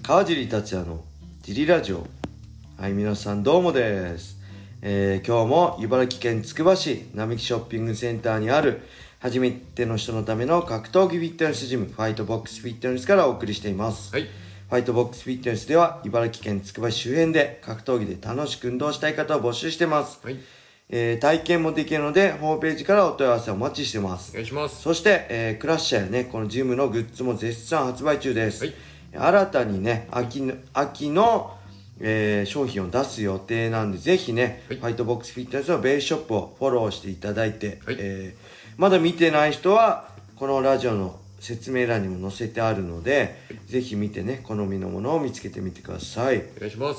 川尻達也のジリラジオ。はい、皆さんどうもです。今日も茨城県つくば市並木ショッピングセンターにある初めての人のための格闘技フィットネスジム、ファイトボックスフィットネスからお送りしています。 はい、 ファイトボックスフィットネスでは茨城県つくば市周辺で格闘技で楽しく運動したい方を募集してます。 はい、 体験もできるのでホームページからお問い合わせをお待ちしてます。 お願いします。 そして、クラッシャーやね、このジムのグッズも絶賛発売中です。 はい、 新たにね、秋の、商品を出す予定なんで、ぜひね、 はい、 ファイトボックスフィットネスのベースショップをフォローしていただいて、 はい、 まだ見てない人は、このラジオの説明欄にも載せてあるので、ぜひ見てね、好みのものを見つけてみてください。 お願いします。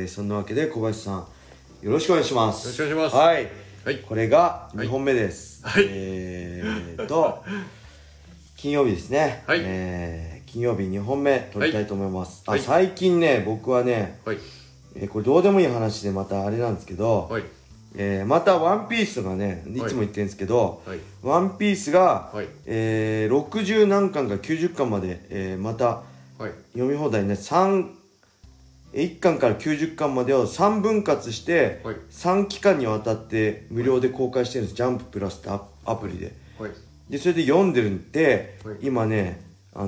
そんなわけで小林さん、よろしくお願いします。 よろしくお願いします。 はい。 はい、 これが2本目です。 はい、 金曜日ですね。 はい、 金曜日2本目撮りたいと思います。 はい、 最近ね、僕はね、 はい、 これどうでもいい話でまたあれなんですけど、 はい、 またワンピースがね、いつも言ってるんですけど、 はい、 ワンピースが、 はい、 60何巻か90巻まで、またはい、 読み放題ね、1巻から90巻までを3分割して、 はい、 3期間にわたって無料で公開してるんです。ジャンププラスってアプリで。 はい、 で、それで読んでるんで、 はい、 今ね、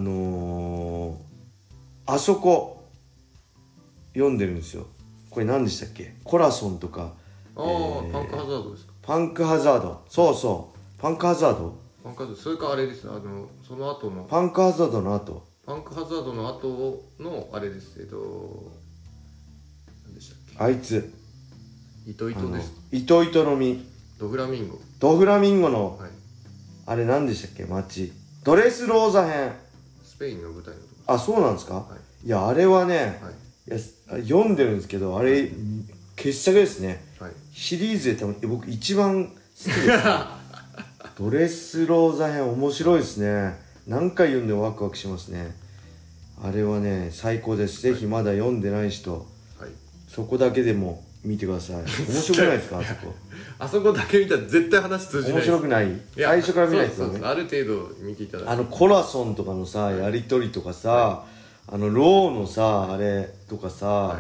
あそこ読んでるんですよ。これ何でしたっけ？コラソンとか。 パンクハザードですか？ パンクハザード。そうそう。パンクハザード。 パンクハザード、それかあれですね、その後のパンクハザードの後。 パンクハザードの後のあれです。何でしたっけ？ あいつ。 糸糸です。 糸糸の実。 ドフラミンゴ。 ドフラミンゴの、 はい、 あれ何でしたっけ？街。ドレスローザ編。 スペインの舞台のところ。 あ、そうなんですか？ はい、 いや、あれはね、 はい、 いや読んでるんですけど、あれ、傑作ですね。 はい、 シリーズで多分僕一番好きです、ね、ドレスローザ編面白いですね。何回読んでもワクワクしますね。あれはね、最高です。ぜひまだ読んでない人、 はい、 そこだけでも見てください。面白くないですか？あそこあそこだけ見たら絶対話通じない。 面白くない？最初から見ないですよね。 ある程度見ていただいて、 コラソンとかのさ、やりとりとかさ、はい、ローのさ、あれとかさ、 はい、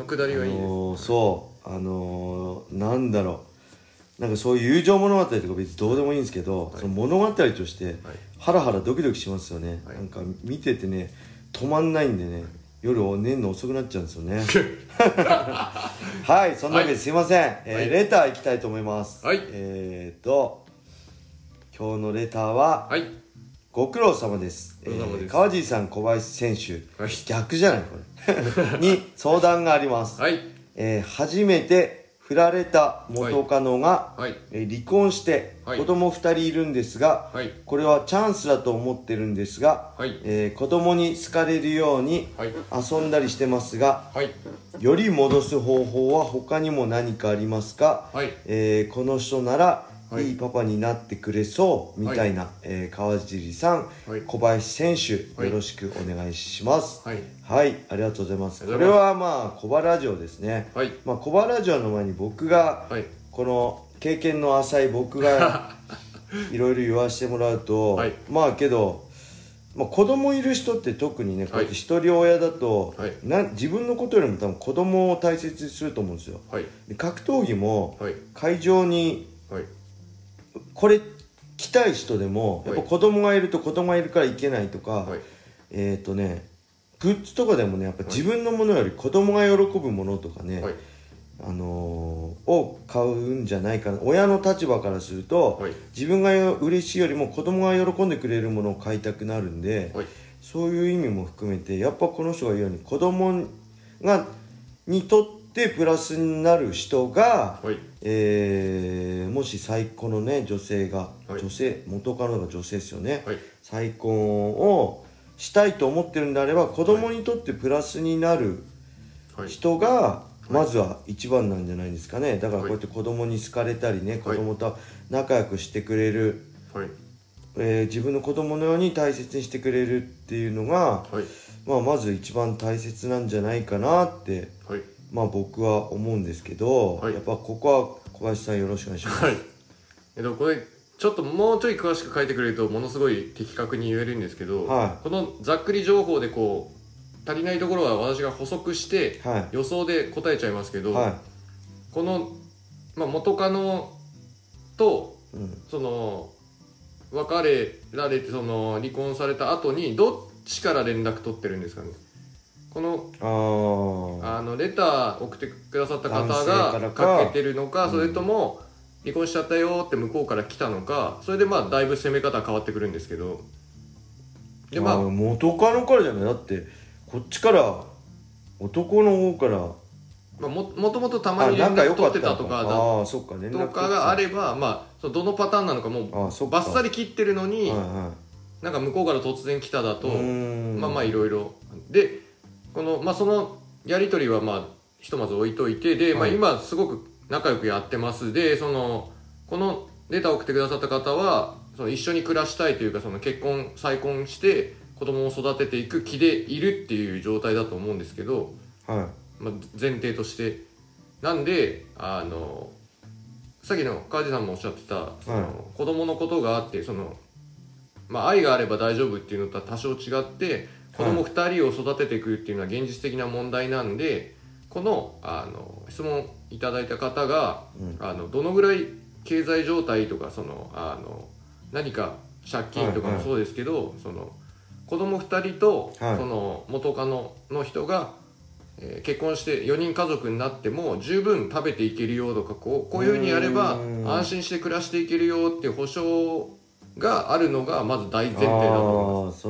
くだりはいいです。 そうなんだろう、なんかそういう友情物語とか別にどうでもいいんですけど、はい、その物語としてハラハラドキドキしますよね、はい、なんか見ててね止まんないんでね、はい、夜寝るの遅くなっちゃうんですよねはい、そんなわけですいません、はい、レターいきたいと思います。はい、今日のレターは、はい、ご苦労様です。川尻さん、小林選手、はい、逆じゃないこれに相談があります。はい、初めて振られた元カノが、はい、離婚して子供2人いるんですが、はい、これはチャンスだと思ってるんですが、はい、子供に好かれるように遊んだりしてますが、はい、より戻す方法は他にも何かありますか？はい、この人ならいいパパになってくれそうみたいな、はい、川尻さん、はい、小林選手、はい、よろしくお願いします。はい、はい、ありがとうございます。これはまあコバラジオですね。はい、まあコバラジオの前に僕が、はい、この経験の浅い僕がいろいろ言わせてもらうと、はい、まあけど、まあ、子供いる人って特にねこうやって一人親だと、はい、自分のことよりも多分子供を大切にすると思うんですよ。はい、で格闘技も、はい、会場に、はい、これ来たい人でもやっぱ子供がいると子供がいるからいけないとか、はい、グッズとかでもねやっぱ自分のものより子供が喜ぶものとかね、はい、を買うんじゃないかな。親の立場からすると、はい、自分が嬉しいよりも子供が喜んでくれるものを買いたくなるんで、はい、そういう意味も含めてやっぱこの人が言うように子供にとってプラスになる人が、はい、もし再婚のね女性が、はい、元カノが女性ですよね、はい、再婚をしたいと思ってるんであれば子供にとってプラスになる人が、はい、まずは一番なんじゃないですかね。だからこうやって子供に好かれたりね、はい、子供と仲良くしてくれる、はい、自分の子供のように大切にしてくれるっていうのが、はい、まず一番大切なんじゃないかなって、はい、僕は思うんですけど、はい、やっぱここは小林さんよろしくお願いします。はい、 これちょっともうちょい詳しく書いてくれるとものすごい的確に言えるんですけど、はい、このざっくり情報でこう足りないところは私が補足して、予想で答えちゃいますけど、この、元カノと、その別れられてその離婚された後にどっちから連絡取ってるんですかね。このレター送ってくださった方がかけてるのか、それとも離婚しちゃったよって向こうから来たのか、それでだいぶ攻め方は変わってくるんですけど、 で元カノからじゃない。だってこっちから男の方からもともとたまに連絡取ってたとかがあれば、どのパターンなのかもうバッサリ切ってるのに、なんか向こうから突然来ただといろいろで、このそのやり取りはひとまず置いといて、で、今すごく仲良くやってますで、このレターを送ってくださった方はその一緒に暮らしたいというか、その再婚して子供を育てていく気でいるっていう状態だと思うんですけど、前提としてなんでさっきの川地さんもおっしゃってた子供のことがあって、愛があれば大丈夫っていうのとは多少違って、子供2人を育てていくっていうのは現実的な問題なんで、この質問いただいた方がどのぐらい経済状態とか何か借金とかもそうですけど、子供2人とその元カノの人が結婚して4人家族になっても十分食べていけるよとか、こういうふうにやれば安心して暮らしていけるよっていう保証があるのがまず大前提だと思います。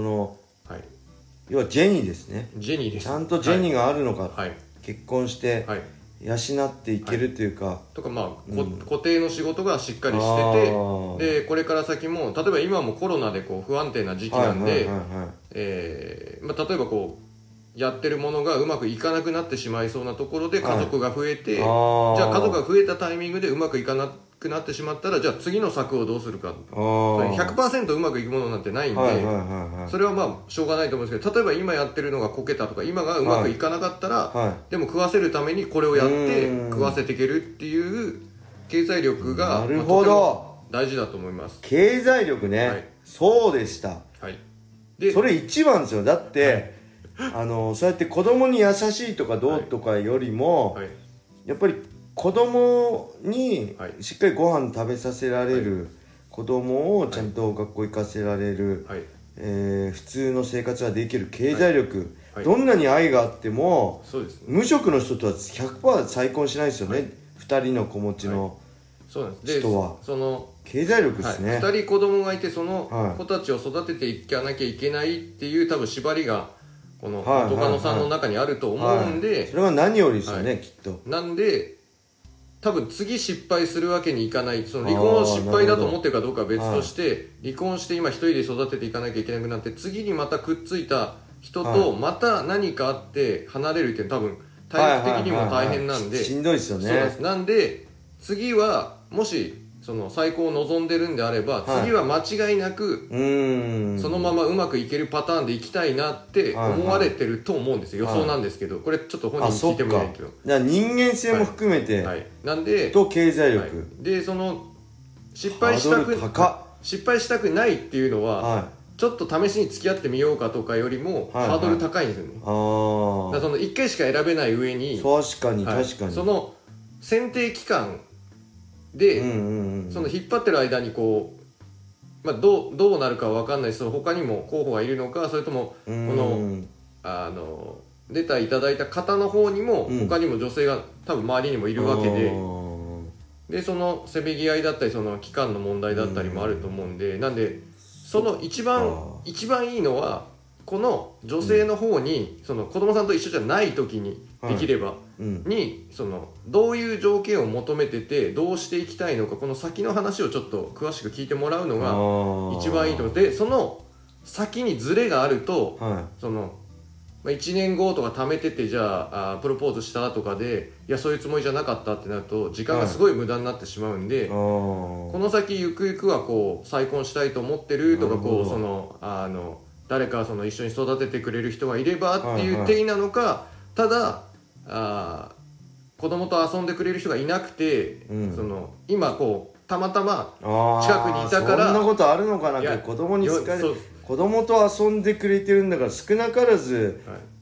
要はジェニーですね。 ジェニーです。 ちゃんとジェニーがあるのか、結婚して養っていけるというか、 とか固定の仕事がしっかりしてて、でこれから先も例えば今もコロナで不安定な時期なんで、例えばやってるものがうまくいかなくなってしまいそうなところで家族が増えて、じゃあ家族が増えたタイミングでうまくいかなくなってしまったら、じゃあ次の策をどうするか。100% うまくいくものなんてないんで、それはしょうがないと思うんですけど、例えば今やってるのがこけたとか、今がうまくいかなかったら、でも食わせるためにこれをやって食わせていけるっていう経済力がとても大事だと思います。 経済力ね、そうでした。でそれ一番ですよ。だって、そうやって子供に優しいとかどうとかよりも、やっぱり子供にしっかりご飯食べさせられる、子供をちゃんと学校行かせられる、普通の生活ができる経済力、どんなに愛があっても、無職の人とは 100% 再婚しないですよね、2人の子持ちの人は。経済力ですね。 2人子供がいて、その子たちを育てていかなきゃいけないっていう多分縛りがこの元カノさんの中にあると思うんで、 それは何よりですよね、きっと。 なんで多分次失敗するわけにいかない。その離婚を失敗だと思ってるかどうかは別として、離婚して今一人で育てていかなきゃいけなくなって、次にまたくっついた人とまた何かあって離れるっていうのは多分体力的にも大変なんで、 しんどいですよね。 そうです。なんで次はもしその再婚を望んでるんであれば、次は間違いなくそのままうまくいけるパターンでいきたいなって思われてると思うんですよ。予想なんですけど、これちょっと本人に聞いてもらえないけど、 だから人間性も含めて、 なんでと経済力、 でその失敗したくないっていうのは、ちょっと試しに付き合ってみようかとかよりもハードル高いんですよね。だからその1回しか選べない上に、 確かにその選定期間で、その引っ張ってる間にどうなるかは分かんないし、その他にも候補がいるのか、それともこのレターいただいた方の方にも他にも女性が多分周りにもいるわけで、そのせめぎ合いだったり、その期間の問題だったりもあると思うんで、なんでその一番いいのは、この女性の方にその子供さんと一緒じゃない時にできればそのどういう条件を求めててどうしていきたいのか、この先の話をちょっと詳しく聞いてもらうのが一番いいと思って、その先にズレがあると、その1年後とか貯めてて、じゃあプロポーズしたとかで、いやそういうつもりじゃなかったってなると時間がすごい無駄になってしまうんで、この先ゆくゆくは再婚したいと思ってるとか、その誰かその一緒に育ててくれる人がいればっていう定義なのか、ただ子供と遊んでくれる人がいなくて、その今たまたま近くにいたから、 そんなことあるのかなって、子供に好かれる、子供と遊んでくれてるんだから少なからず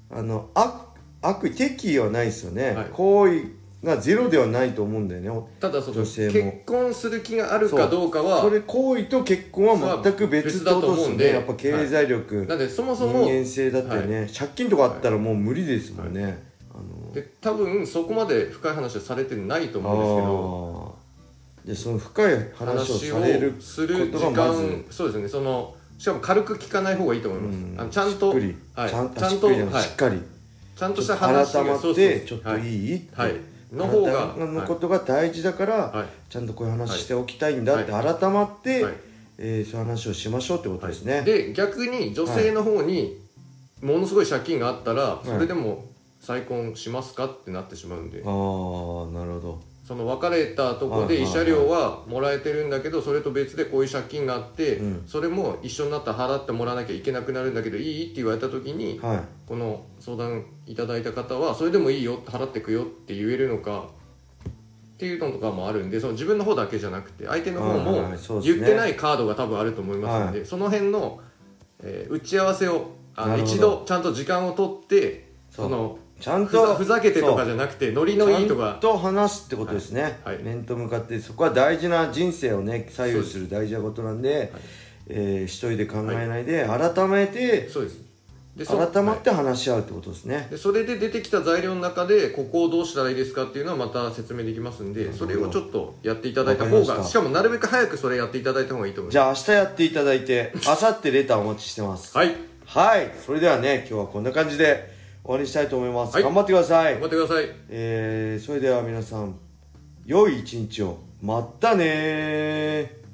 悪意敵意はないですよね、はい、行為がゼロではないと思うんだよね。 ただ女性も結婚する気があるかどうかはそれ行為と結婚は全く別だと思うんで、やっぱ経済力、はい、 なんでそもそも人間性だってね、はい、借金とかあったらもう無理ですもんね、はい、 で多分そこまで深い話はされてないと思うんですけど、 でその深い話をされることがまずそうですね、しかも軽く聞かない方がいいと思います、ちゃんとしっかりちゃんとした話が改まってちょっといいって、 はいはい、の方がのことが大事だから、はい、ちゃんとこういう話しておきたいんだって改まって、はい、そういう話をしましょうってことですね、はい、 で逆に女性の方にものすごい借金があったら、はい、それでも再婚しますかってなってしまうんで、 ああなるほど、 その別れたところで慰謝料はもらえてるんだけど、それと別でこういう借金があって、それも一緒になったら払ってもらわなきゃいけなくなるんだけどいいって言われた時に、この相談いただいた方はそれでもいいよ払ってくよって言えるのかっていうのとかもあるんで、その自分の方だけじゃなくて相手の方も言ってないカードが多分あると思いますので、その辺の、打ち合わせを一度ちゃんと時間を取って、 ちゃんとふざけてとかじゃなくてノリのいいとかちゃんと話すってことですね、はい、面と向かって。そこは大事な人生をね左右する大事なことなんで、一人で考えないで、改めてそうですで改まって話し合うってことですね、 でそれで出てきた材料の中でここをどうしたらいいですかっていうのはまた説明できますんで、それをちょっとやっていただいた方が、しかもなるべく早くそれやっていただいた方がいいと思います。 じゃあ明日やっていただいて明後日レターお待ちしてますはい、 はい、それではね今日はこんな感じで終わりにしたいと思います、はい、頑張ってください。 頑張ってください。 それでは皆さん良い一日を。またね。